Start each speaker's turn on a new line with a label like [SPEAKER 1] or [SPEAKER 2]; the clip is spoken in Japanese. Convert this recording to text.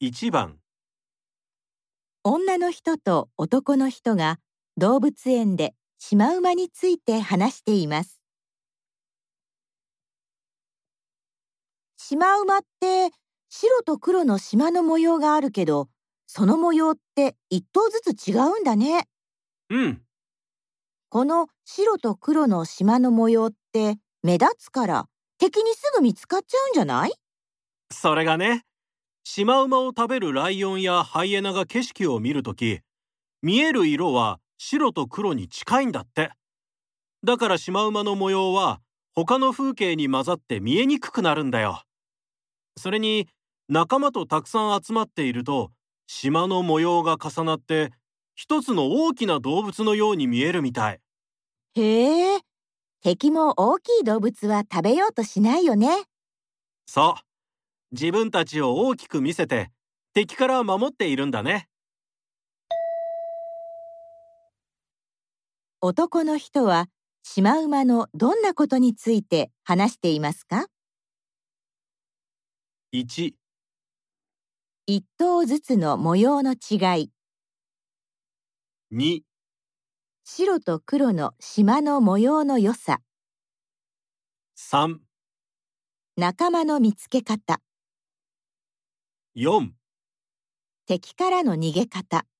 [SPEAKER 1] 1番、
[SPEAKER 2] 女の人と男の人が動物園でシマウマについて話しています。シマウマって白と黒の縞の模様があるけど、その模様って一頭ずつ違うんだね。
[SPEAKER 1] うん、
[SPEAKER 2] この白と黒の縞の模様って目立つから敵にすぐ見つかっちゃうんじゃない？
[SPEAKER 1] それがね、シマウマを食べるライオンやハイエナが景色を見るとき、見える色は白と黒に近いんだって。だからシマウマの模様は他の風景に混ざって見えにくくなるんだよ。それに仲間とたくさん集まっていると、島の模様が重なって一つの大きな動物のように見えるみたい。
[SPEAKER 2] へえ、敵も大きい動物は食べようとしないよね。
[SPEAKER 1] そう、自分たちを大きく見せて敵から守っているんだね。
[SPEAKER 2] 男の人はシマウマのどんなことについて話していますか？
[SPEAKER 1] 1、
[SPEAKER 2] 一頭ずつの模様の違い、
[SPEAKER 1] 2、
[SPEAKER 2] 白と黒の縞の模様の良さ、
[SPEAKER 1] 3、
[SPEAKER 2] 仲間の見つけ方、
[SPEAKER 1] 4
[SPEAKER 2] 敵からの逃げ方。